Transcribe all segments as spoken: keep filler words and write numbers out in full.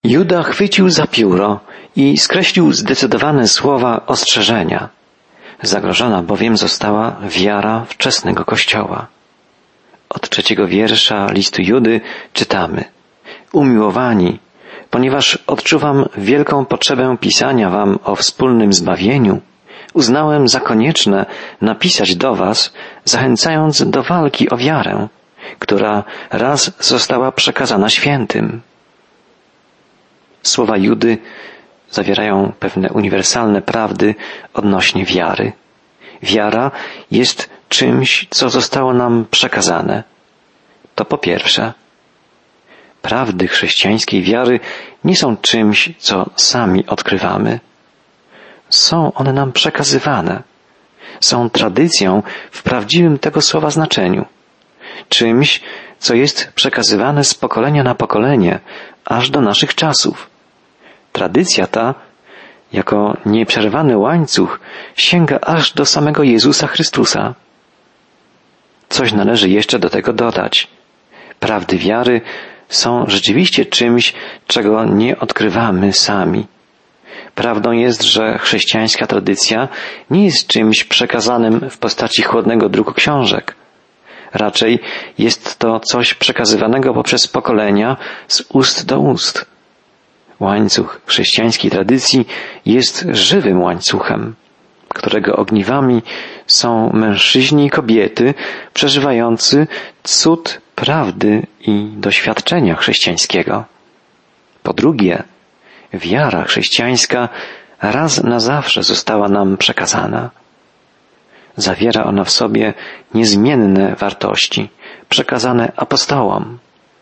Juda chwycił za pióro i skreślił zdecydowane słowa ostrzeżenia. Zagrożona bowiem została wiara wczesnego Kościoła. Od trzeciego wiersza listu Judy czytamy: Umiłowani, ponieważ odczuwam wielką potrzebę pisania wam o wspólnym zbawieniu, uznałem za konieczne napisać do was, zachęcając do walki o wiarę, która raz została przekazana świętym. Słowa Judy zawierają pewne uniwersalne prawdy odnośnie wiary. Wiara jest czymś, co zostało nam przekazane. To po pierwsze. Prawdy chrześcijańskiej wiary nie są czymś, co sami odkrywamy. Są one nam przekazywane. Są tradycją w prawdziwym tego słowa znaczeniu. Czymś, co jest przekazywane z pokolenia na pokolenie, aż do naszych czasów. Tradycja ta, jako nieprzerwany łańcuch, sięga aż do samego Jezusa Chrystusa. Coś należy jeszcze do tego dodać. Prawdy wiary są rzeczywiście czymś, czego nie odkrywamy sami. Prawdą jest, że chrześcijańska tradycja nie jest czymś przekazanym w postaci chłodnego druku książek. Raczej jest to coś przekazywanego poprzez pokolenia z ust do ust. Łańcuch chrześcijańskiej tradycji jest żywym łańcuchem, którego ogniwami są mężczyźni i kobiety przeżywający cud prawdy i doświadczenia chrześcijańskiego. Po drugie, wiara chrześcijańska raz na zawsze została nam przekazana. Zawiera ona w sobie niezmienne wartości, przekazane apostołom.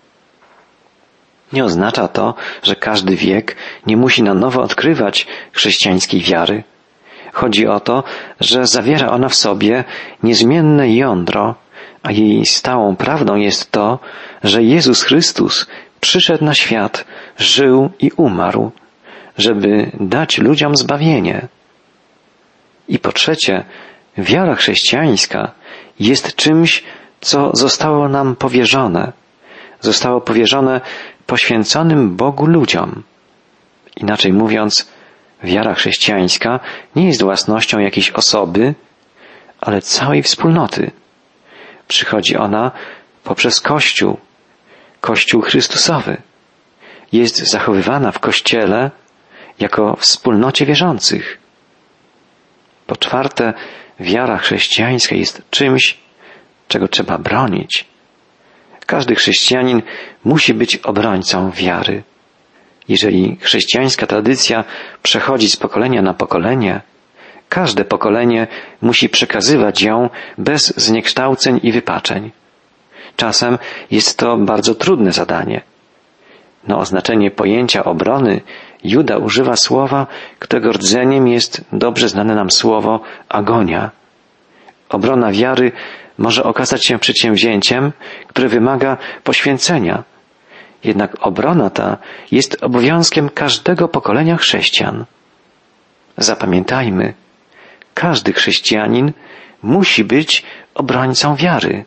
Nie oznacza to, że każdy wiek nie musi na nowo odkrywać chrześcijańskiej wiary. Chodzi o to, że zawiera ona w sobie niezmienne jądro, a jej stałą prawdą jest to, że Jezus Chrystus przyszedł na świat, żył i umarł, żeby dać ludziom zbawienie. I po trzecie, wiara chrześcijańska jest czymś, co zostało nam powierzone. Zostało powierzone poświęconym Bogu ludziom. Inaczej mówiąc, wiara chrześcijańska nie jest własnością jakiejś osoby, ale całej wspólnoty. Przychodzi ona poprzez Kościół, Kościół Chrystusowy. Jest zachowywana w Kościele jako wspólnocie wierzących. Po czwarte, wiara chrześcijańska jest czymś, czego trzeba bronić. Każdy chrześcijanin musi być obrońcą wiary. Jeżeli chrześcijańska tradycja przechodzi z pokolenia na pokolenie, każde pokolenie musi przekazywać ją bez zniekształceń i wypaczeń. Czasem jest to bardzo trudne zadanie. Na oznaczenie pojęcia obrony Juda używa słowa, którego rdzeniem jest dobrze znane nam słowo agonia. Obrona wiary może okazać się przedsięwzięciem, które wymaga poświęcenia. Jednak obrona ta jest obowiązkiem każdego pokolenia chrześcijan. Zapamiętajmy, każdy chrześcijanin musi być obrońcą wiary.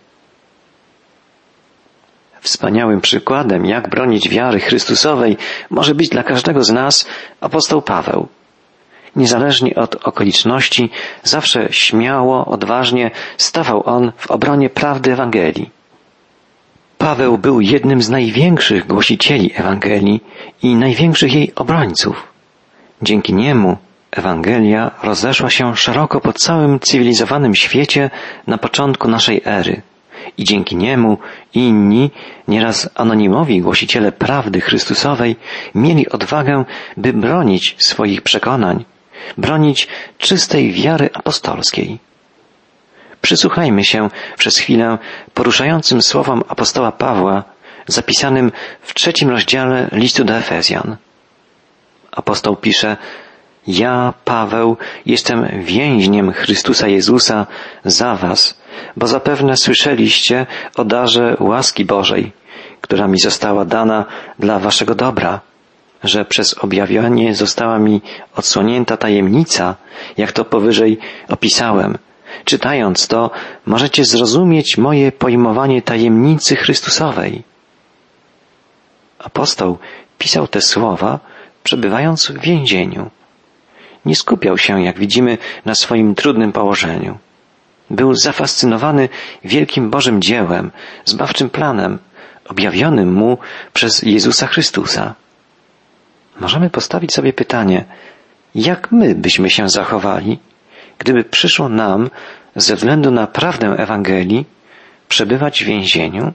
Wspaniałym przykładem, jak bronić wiary Chrystusowej, może być dla każdego z nas apostoł Paweł. Niezależnie od okoliczności, zawsze śmiało, odważnie stawał on w obronie prawdy Ewangelii. Paweł był jednym z największych głosicieli Ewangelii i największych jej obrońców. Dzięki niemu Ewangelia rozeszła się szeroko po całym cywilizowanym świecie na początku naszej ery. I dzięki niemu inni, nieraz anonimowi głosiciele prawdy Chrystusowej, mieli odwagę, by bronić swoich przekonań, bronić czystej wiary apostolskiej. Przysłuchajmy się przez chwilę poruszającym słowom apostoła Pawła, zapisanym w trzecim rozdziale listu do Efezjan. Apostoł pisze: Ja, Paweł, jestem więźniem Chrystusa Jezusa za was, bo zapewne słyszeliście o darze łaski Bożej, która mi została dana dla waszego dobra, że przez objawienie została mi odsłonięta tajemnica, jak to powyżej opisałem. Czytając to, możecie zrozumieć moje pojmowanie tajemnicy Chrystusowej. Apostoł pisał te słowa, przebywając w więzieniu. Nie skupiał się, jak widzimy, na swoim trudnym położeniu. Był zafascynowany wielkim Bożym dziełem, zbawczym planem, objawionym mu przez Jezusa Chrystusa. Możemy postawić sobie pytanie, jak my byśmy się zachowali, gdyby przyszło nam, ze względu na prawdę Ewangelii, przebywać w więzieniu?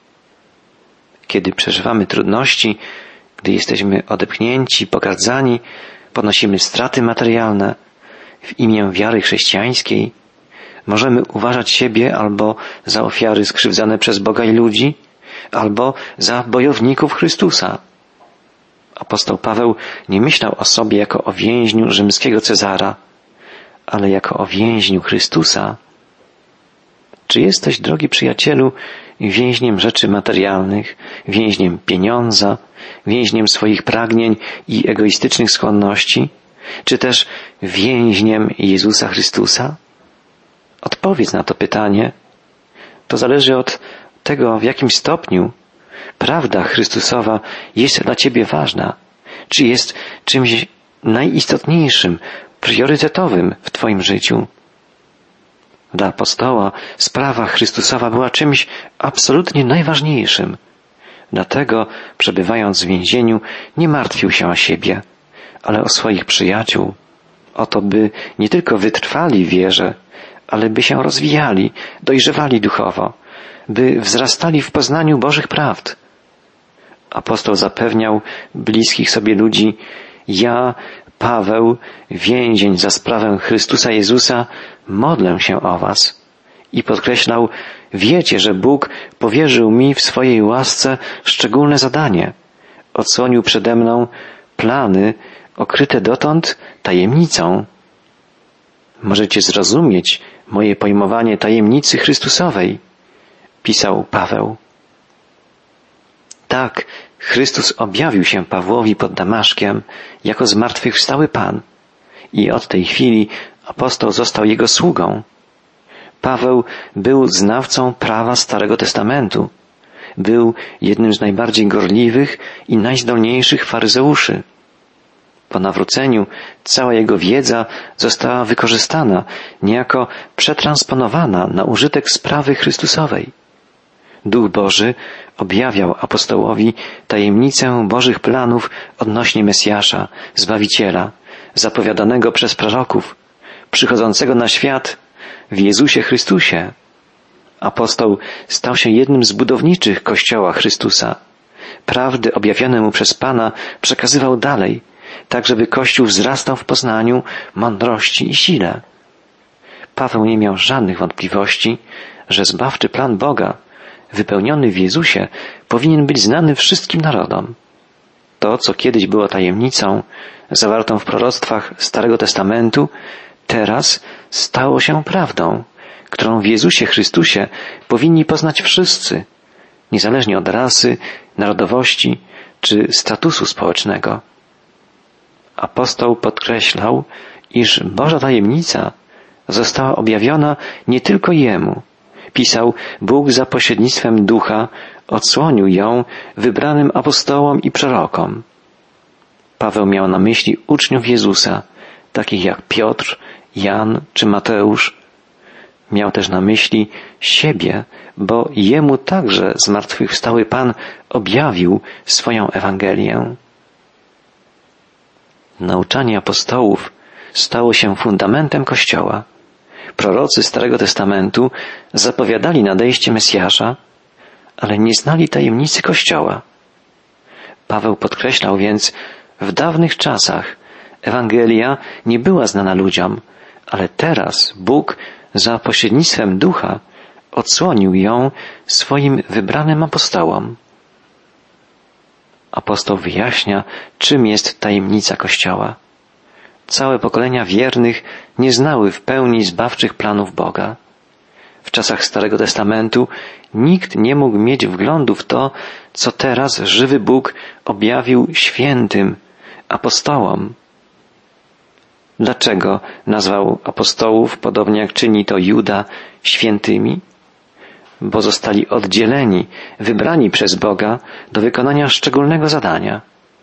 Kiedy przeżywamy trudności, gdy jesteśmy odepchnięci, pogardzani, ponosimy straty materialne w imię wiary chrześcijańskiej, możemy uważać siebie albo za ofiary skrzywdzane przez Boga i ludzi, albo za bojowników Chrystusa. Apostoł Paweł nie myślał o sobie jako o więźniu rzymskiego Cezara, ale jako o więźniu Chrystusa. Czy jesteś, drogi przyjacielu, więźniem rzeczy materialnych, więźniem pieniądza, więźniem swoich pragnień i egoistycznych skłonności, czy też więźniem Jezusa Chrystusa? Odpowiedz na to pytanie. To zależy od tego, w jakim stopniu prawda Chrystusowa jest dla ciebie ważna, czy jest czymś najistotniejszym, priorytetowym w twoim życiu. Dla apostoła sprawa Chrystusowa była czymś absolutnie najważniejszym. Dlatego, przebywając w więzieniu, nie martwił się o siebie, ale o swoich przyjaciół, o to, by nie tylko wytrwali w wierze, ale by się rozwijali, dojrzewali duchowo, by wzrastali w poznaniu Bożych prawd. Apostoł zapewniał bliskich sobie ludzi, ja, Paweł, więzień za sprawę Chrystusa Jezusa, modlę się o was. I podkreślał, wiecie, że Bóg powierzył mi w swojej łasce szczególne zadanie. Odsłonił przede mną plany okryte dotąd tajemnicą. Możecie zrozumieć moje pojmowanie tajemnicy Chrystusowej, pisał Paweł. Tak, Chrystus objawił się Pawłowi pod Damaszkiem jako zmartwychwstały Pan i od tej chwili apostoł został jego sługą. Paweł był znawcą prawa Starego Testamentu. Był jednym z najbardziej gorliwych i najzdolniejszych faryzeuszy. Po nawróceniu cała jego wiedza została wykorzystana, niejako przetransponowana na użytek sprawy Chrystusowej. Duch Boży objawiał apostołowi tajemnicę Bożych planów odnośnie Mesjasza, Zbawiciela, zapowiadanego przez proroków, przychodzącego na świat w Jezusie Chrystusie. Apostoł stał się jednym z budowniczych Kościoła Chrystusa. Prawdy objawione mu przez Pana przekazywał dalej, tak żeby Kościół wzrastał w poznaniu, mądrości i sile. Paweł nie miał żadnych wątpliwości, że zbawczy plan Boga, wypełniony w Jezusie, powinien być znany wszystkim narodom. To, co kiedyś było tajemnicą, zawartą w proroctwach Starego Testamentu, teraz stało się prawdą, którą w Jezusie Chrystusie powinni poznać wszyscy, niezależnie od rasy, narodowości czy statusu społecznego. Apostoł podkreślał, iż Boża tajemnica została objawiona nie tylko jemu. Pisał, Bóg za pośrednictwem Ducha odsłonił ją wybranym apostołom i prorokom. Paweł miał na myśli uczniów Jezusa, takich jak Piotr, Jan czy Mateusz. Miał też na myśli siebie, bo jemu także zmartwychwstały Pan objawił swoją Ewangelię. Nauczanie apostołów stało się fundamentem Kościoła. Prorocy Starego Testamentu zapowiadali nadejście Mesjasza, ale nie znali tajemnicy Kościoła. Paweł podkreślał więc, w dawnych czasach Ewangelia nie była znana ludziom, ale teraz Bóg za pośrednictwem Ducha odsłonił ją swoim wybranym apostołom. Apostoł wyjaśnia, czym jest tajemnica Kościoła. Całe pokolenia wiernych nie znały w pełni zbawczych planów Boga. W czasach Starego Testamentu nikt nie mógł mieć wglądu w to, co teraz żywy Bóg objawił świętym, apostołom. Dlaczego nazwał apostołów, podobnie jak czyni to Juda, świętymi? Bo zostali oddzieleni, wybrani przez Boga do wykonania szczególnego zadania.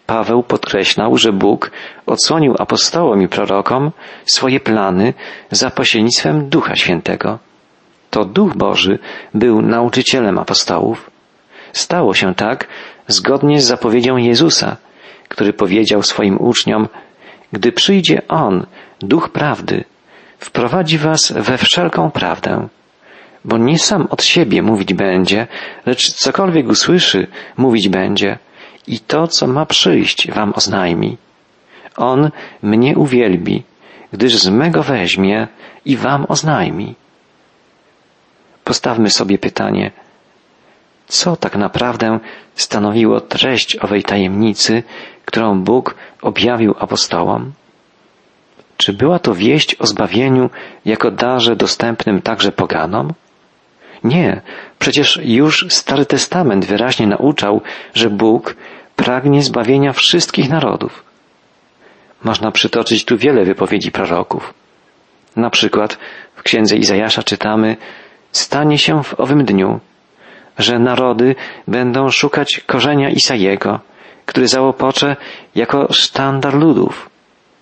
Paweł podkreślał, że Bóg odsłonił apostołom i prorokom swoje plany za pośrednictwem Ducha Świętego. To Duch Boży był nauczycielem apostołów. Stało się tak zgodnie z zapowiedzią Jezusa, który powiedział swoim uczniom: gdy przyjdzie On, Duch Prawdy, wprowadzi was we wszelką prawdę, bo nie sam od siebie mówić będzie, lecz cokolwiek usłyszy, mówić będzie i to, co ma przyjść, wam oznajmi. On mnie uwielbi, gdyż z mego weźmie i wam oznajmi. Postawmy sobie pytanie, co tak naprawdę stanowiło treść owej tajemnicy, którą Bóg objawił apostołom? Czy była to wieść o zbawieniu jako darze dostępnym także poganom? Nie, przecież już Stary Testament wyraźnie nauczał, że Bóg pragnie zbawienia wszystkich narodów. Można przytoczyć tu wiele wypowiedzi proroków. Na przykład w księdze Izajasza czytamy: stanie się w owym dniu, że narody będą szukać korzenia Isajego, który załopocze jako sztandar ludów.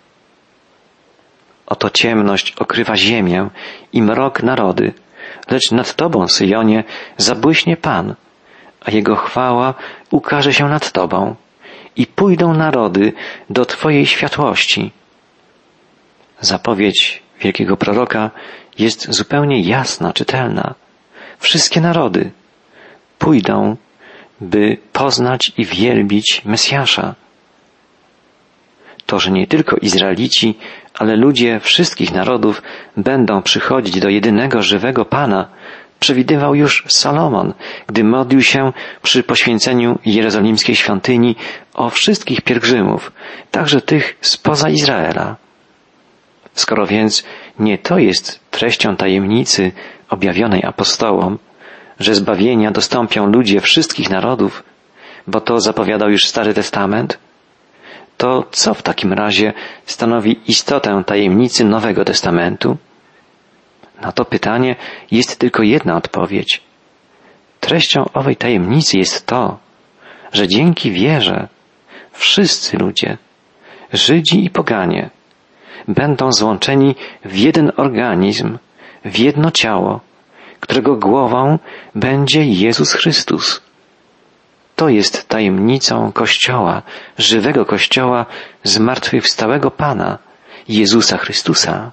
Oto ciemność okrywa ziemię i mrok narody, lecz nad Tobą, Syjonie, zabłyśnie Pan, a Jego chwała ukaże się nad Tobą i pójdą narody do Twojej światłości. Zapowiedź wielkiego proroka jest zupełnie jasna, czytelna. Wszystkie narody pójdą, by poznać i wielbić Mesjasza. To, że nie tylko Izraelici, ale ludzie wszystkich narodów będą przychodzić do jedynego żywego Pana, przewidywał już Salomon, gdy modlił się przy poświęceniu jerozolimskiej świątyni o wszystkich pielgrzymów, także tych spoza Izraela. Skoro więc nie to jest treścią tajemnicy objawionej apostołom, że zbawienia dostąpią ludzie wszystkich narodów, bo to zapowiadał już Stary Testament, to co w takim razie stanowi istotę tajemnicy Nowego Testamentu? Na to pytanie jest tylko jedna odpowiedź. Treścią owej tajemnicy jest to, że dzięki wierze wszyscy ludzie, Żydzi i poganie, będą złączeni w jeden organizm, w jedno ciało, którego głową będzie Jezus Chrystus. To jest tajemnicą Kościoła, żywego Kościoła, zmartwychwstałego Pana, Jezusa Chrystusa.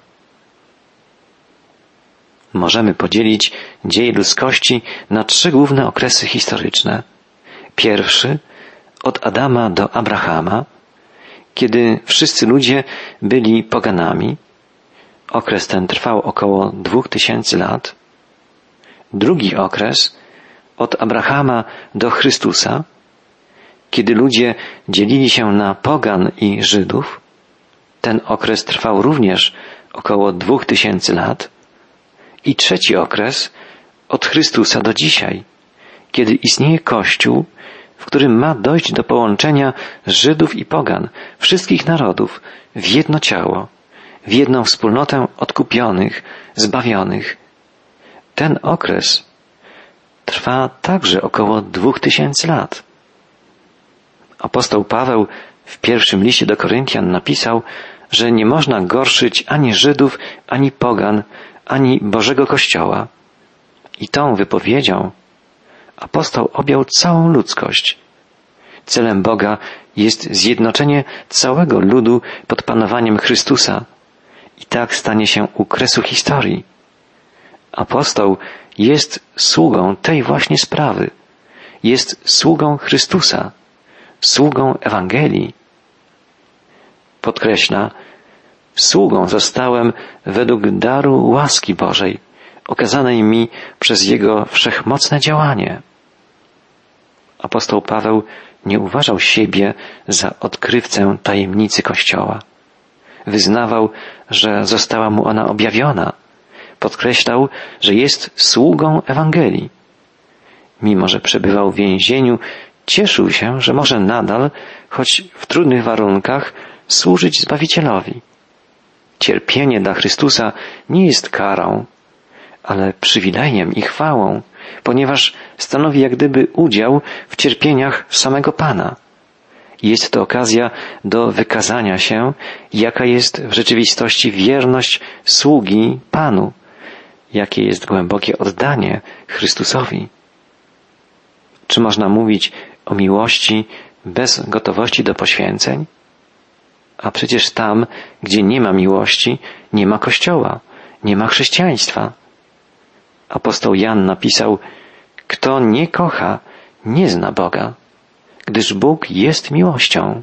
Możemy podzielić dziej ludzkości na trzy główne okresy historyczne. Pierwszy, od Adama do Abrahama, kiedy wszyscy ludzie byli poganami. Okres ten trwał około dwóch tysięcy lat. Drugi okres, od Abrahama do Chrystusa, kiedy ludzie dzielili się na pogan i Żydów. Ten okres trwał również około dwóch tysięcy lat. I trzeci okres, od Chrystusa do dzisiaj, kiedy istnieje Kościół, w którym ma dojść do połączenia Żydów i pogan, wszystkich narodów, w jedno ciało, w jedną wspólnotę odkupionych, zbawionych. Ten okres trwa także około dwóch tysięcy lat. Apostoł Paweł w pierwszym liście do Koryntian napisał, że nie można gorszyć ani Żydów, ani pogan, ani Bożego Kościoła. I tą wypowiedzią apostoł objął całą ludzkość. Celem Boga jest zjednoczenie całego ludu pod panowaniem Chrystusa. I tak stanie się u kresu historii. Apostoł jest sługą tej właśnie sprawy. Jest sługą Chrystusa, sługą Ewangelii. Podkreśla, sługą zostałem według daru łaski Bożej, okazanej mi przez Jego wszechmocne działanie. Apostoł Paweł nie uważał siebie za odkrywcę tajemnicy Kościoła. Wyznawał, że została mu ona objawiona. Podkreślał, że jest sługą Ewangelii. Mimo że przebywał w więzieniu, cieszył się, że może nadal, choć w trudnych warunkach, służyć Zbawicielowi. Cierpienie dla Chrystusa nie jest karą, ale przywilejem i chwałą, ponieważ stanowi jak gdyby udział w cierpieniach samego Pana. Jest to okazja do wykazania się, jaka jest w rzeczywistości wierność sługi Panu, jakie jest głębokie oddanie Chrystusowi. Czy można mówić o miłości bez gotowości do poświęceń? A przecież tam, gdzie nie ma miłości, nie ma Kościoła, nie ma chrześcijaństwa. Apostoł Jan napisał: kto nie kocha, nie zna Boga, gdyż Bóg jest miłością.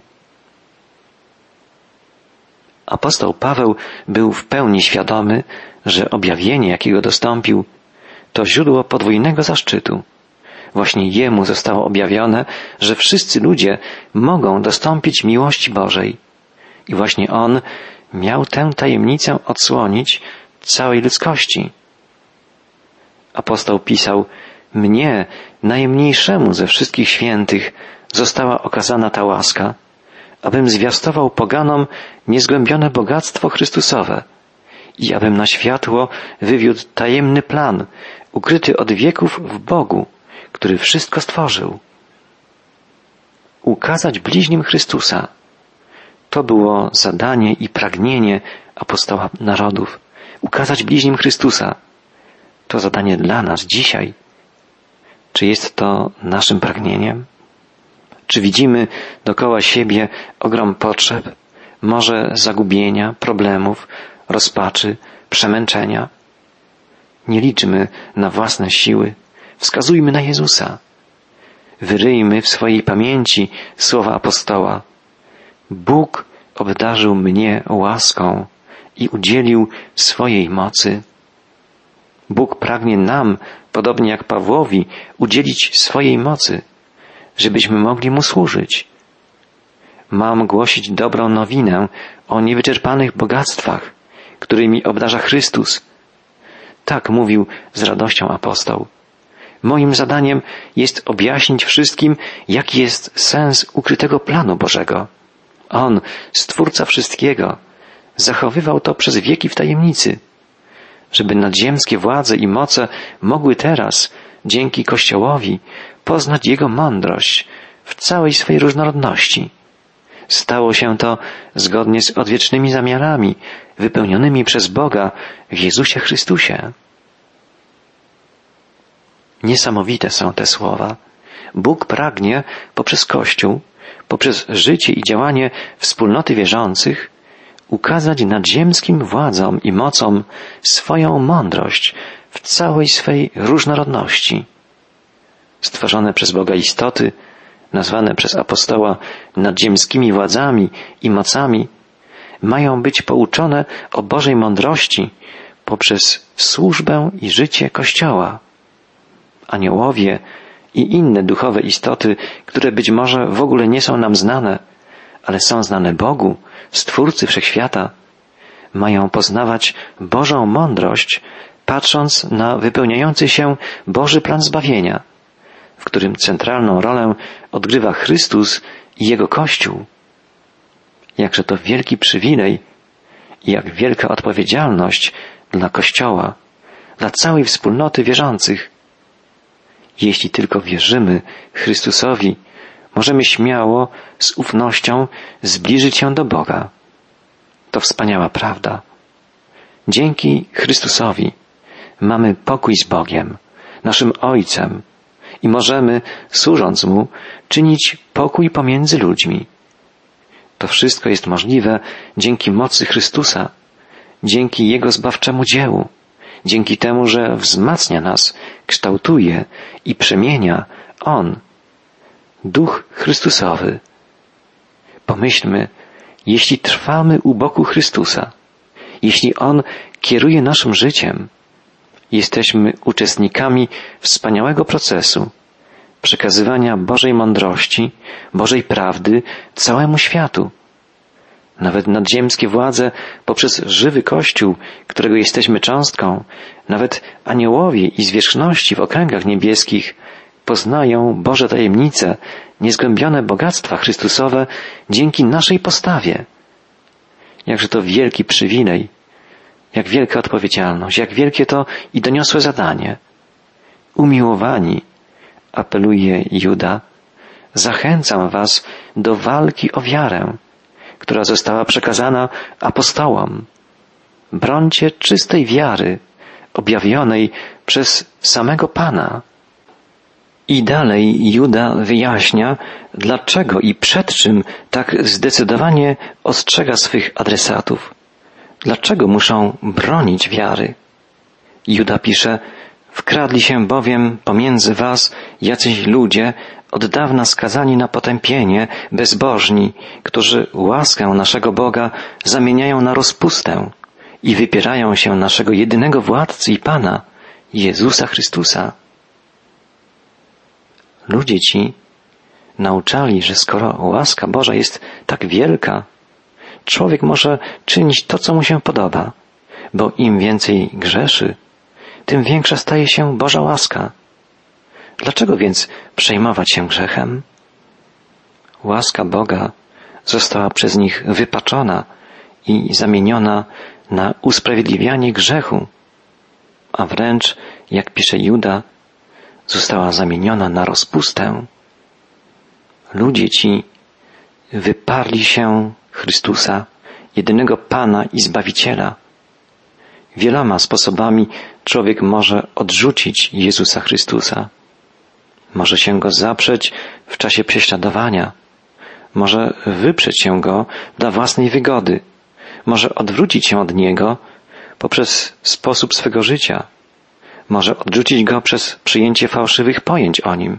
Apostoł Paweł był w pełni świadomy, że objawienie, jakiego dostąpił, to źródło podwójnego zaszczytu. Właśnie jemu zostało objawione, że wszyscy ludzie mogą dostąpić miłości Bożej. I właśnie on miał tę tajemnicę odsłonić całej ludzkości. Apostoł pisał: mnie, najmniejszemu ze wszystkich świętych, została okazana ta łaska, abym zwiastował poganom niezgłębione bogactwo Chrystusowe i abym na światło wywiódł tajemny plan, ukryty od wieków w Bogu, który wszystko stworzył. Ukazać bliźnim Chrystusa. To było zadanie i pragnienie apostoła narodów. Ukazać bliźnim Chrystusa. To zadanie dla nas dzisiaj. Czy jest to naszym pragnieniem? Czy widzimy dookoła siebie ogrom potrzeb, może zagubienia, problemów, rozpaczy, przemęczenia? Nie liczmy na własne siły. Wskazujmy na Jezusa. Wyryjmy w swojej pamięci słowa apostoła: Bóg obdarzył mnie łaską i udzielił swojej mocy. Bóg pragnie nam, podobnie jak Pawłowi, udzielić swojej mocy, żebyśmy mogli Mu służyć. Mam głosić dobrą nowinę o niewyczerpanych bogactwach, którymi obdarza Chrystus. Tak mówił z radością apostoł. Moim zadaniem jest objaśnić wszystkim, jaki jest sens ukrytego planu Bożego. On, Stwórca wszystkiego, zachowywał to przez wieki w tajemnicy, żeby nadziemskie władze i moce mogły teraz, dzięki Kościołowi, poznać Jego mądrość w całej swej różnorodności. Stało się to zgodnie z odwiecznymi zamiarami wypełnionymi przez Boga w Jezusie Chrystusie. Niesamowite są te słowa. Bóg pragnie poprzez Kościół, poprzez życie i działanie wspólnoty wierzących ukazać nadziemskim władzom i mocom swoją mądrość w całej swej różnorodności. Stworzone przez Boga istoty, nazwane przez apostoła nadziemskimi władzami i mocami, mają być pouczone o Bożej mądrości poprzez służbę i życie Kościoła. Aniołowie i inne duchowe istoty, które być może w ogóle nie są nam znane, ale są znane Bogu, Stwórcy Wszechświata, mają poznawać Bożą mądrość, patrząc na wypełniający się Boży plan zbawienia, w którym centralną rolę odgrywa Chrystus i Jego Kościół. Jakże to wielki przywilej i jak wielka odpowiedzialność dla Kościoła, dla całej wspólnoty wierzących. Jeśli tylko wierzymy Chrystusowi, możemy śmiało, z ufnością zbliżyć się do Boga. To wspaniała prawda. Dzięki Chrystusowi mamy pokój z Bogiem, naszym Ojcem, i możemy, służąc Mu, czynić pokój pomiędzy ludźmi. To wszystko jest możliwe dzięki mocy Chrystusa, dzięki Jego zbawczemu dziełu, dzięki temu, że wzmacnia nas, kształtuje i przemienia On, Duch Chrystusowy. Pomyślmy, jeśli trwamy u boku Chrystusa, jeśli On kieruje naszym życiem, jesteśmy uczestnikami wspaniałego procesu przekazywania Bożej mądrości, Bożej prawdy całemu światu. Nawet nadziemskie władze poprzez żywy Kościół, którego jesteśmy cząstką, nawet aniołowie i zwierzchności w okręgach niebieskich poznają Boże tajemnice, niezgłębione bogactwa Chrystusowe dzięki naszej postawie. Jakże to wielki przywilej, jak wielka odpowiedzialność, jak wielkie to i doniosłe zadanie. Umiłowani, apeluje Juda, zachęcam was do walki o wiarę, która została przekazana apostołom. Brońcie czystej wiary, objawionej przez samego Pana. I dalej Juda wyjaśnia, dlaczego i przed czym tak zdecydowanie ostrzega swych adresatów. Dlaczego muszą bronić wiary? Juda pisze, wkradli się bowiem pomiędzy was jacyś ludzie, od dawna skazani na potępienie, bezbożni, którzy łaskę naszego Boga zamieniają na rozpustę i wypierają się naszego jedynego władcy i Pana, Jezusa Chrystusa. Ludzie ci nauczali, że skoro łaska Boża jest tak wielka, człowiek może czynić to, co mu się podoba, bo im więcej grzeszy, tym większa staje się Boża łaska. Dlaczego więc przejmować się grzechem? Łaska Boga została przez nich wypaczona i zamieniona na usprawiedliwianie grzechu, a wręcz, jak pisze Juda, została zamieniona na rozpustę. Ludzie ci wyparli się Chrystusa, jedynego Pana i Zbawiciela. Wieloma sposobami człowiek może odrzucić Jezusa Chrystusa. Może się Go zaprzeć w czasie prześladowania. Może wyprzeć się Go dla własnej wygody. Może odwrócić się od Niego poprzez sposób swego życia. Może odrzucić Go przez przyjęcie fałszywych pojęć o Nim.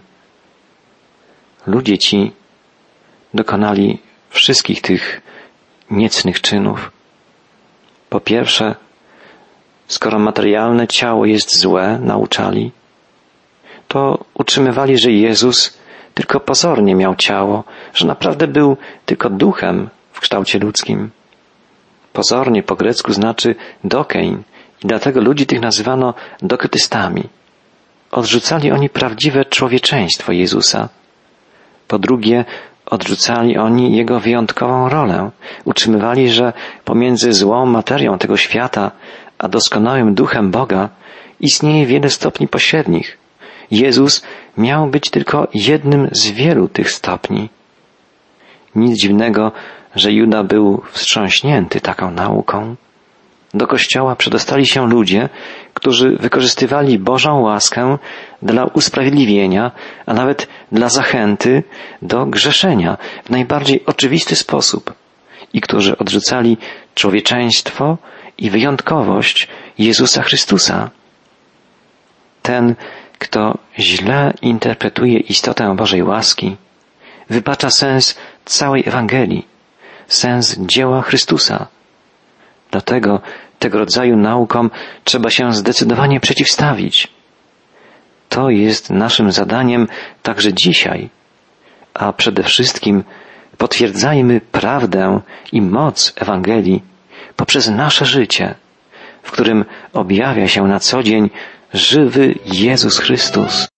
Ludzie ci dokonali wszystkich tych niecnych czynów. Po pierwsze, skoro materialne ciało jest złe, nauczali, to utrzymywali, że Jezus tylko pozornie miał ciało, że naprawdę był tylko duchem w kształcie ludzkim. Pozornie po grecku znaczy dokein i dlatego ludzi tych nazywano doketystami. Odrzucali oni prawdziwe człowieczeństwo Jezusa. Po drugie, odrzucali oni Jego wyjątkową rolę. Utrzymywali, że pomiędzy złą materią tego świata a doskonałym duchem Boga istnieje wiele stopni pośrednich. Jezus miał być tylko jednym z wielu tych stopni. Nic dziwnego, że Juda był wstrząśnięty taką nauką. Do Kościoła przedostali się ludzie, którzy wykorzystywali Bożą łaskę dla usprawiedliwienia, a nawet dla zachęty do grzeszenia w najbardziej oczywisty sposób i którzy odrzucali człowieczeństwo i wyjątkowość Jezusa Chrystusa. Ten, kto źle interpretuje istotę Bożej łaski, wypacza sens całej Ewangelii, sens dzieła Chrystusa. Dlatego tego rodzaju naukom trzeba się zdecydowanie przeciwstawić. To jest naszym zadaniem także dzisiaj, a przede wszystkim potwierdzajmy prawdę i moc Ewangelii poprzez nasze życie, w którym objawia się na co dzień żywy Jezus Chrystus.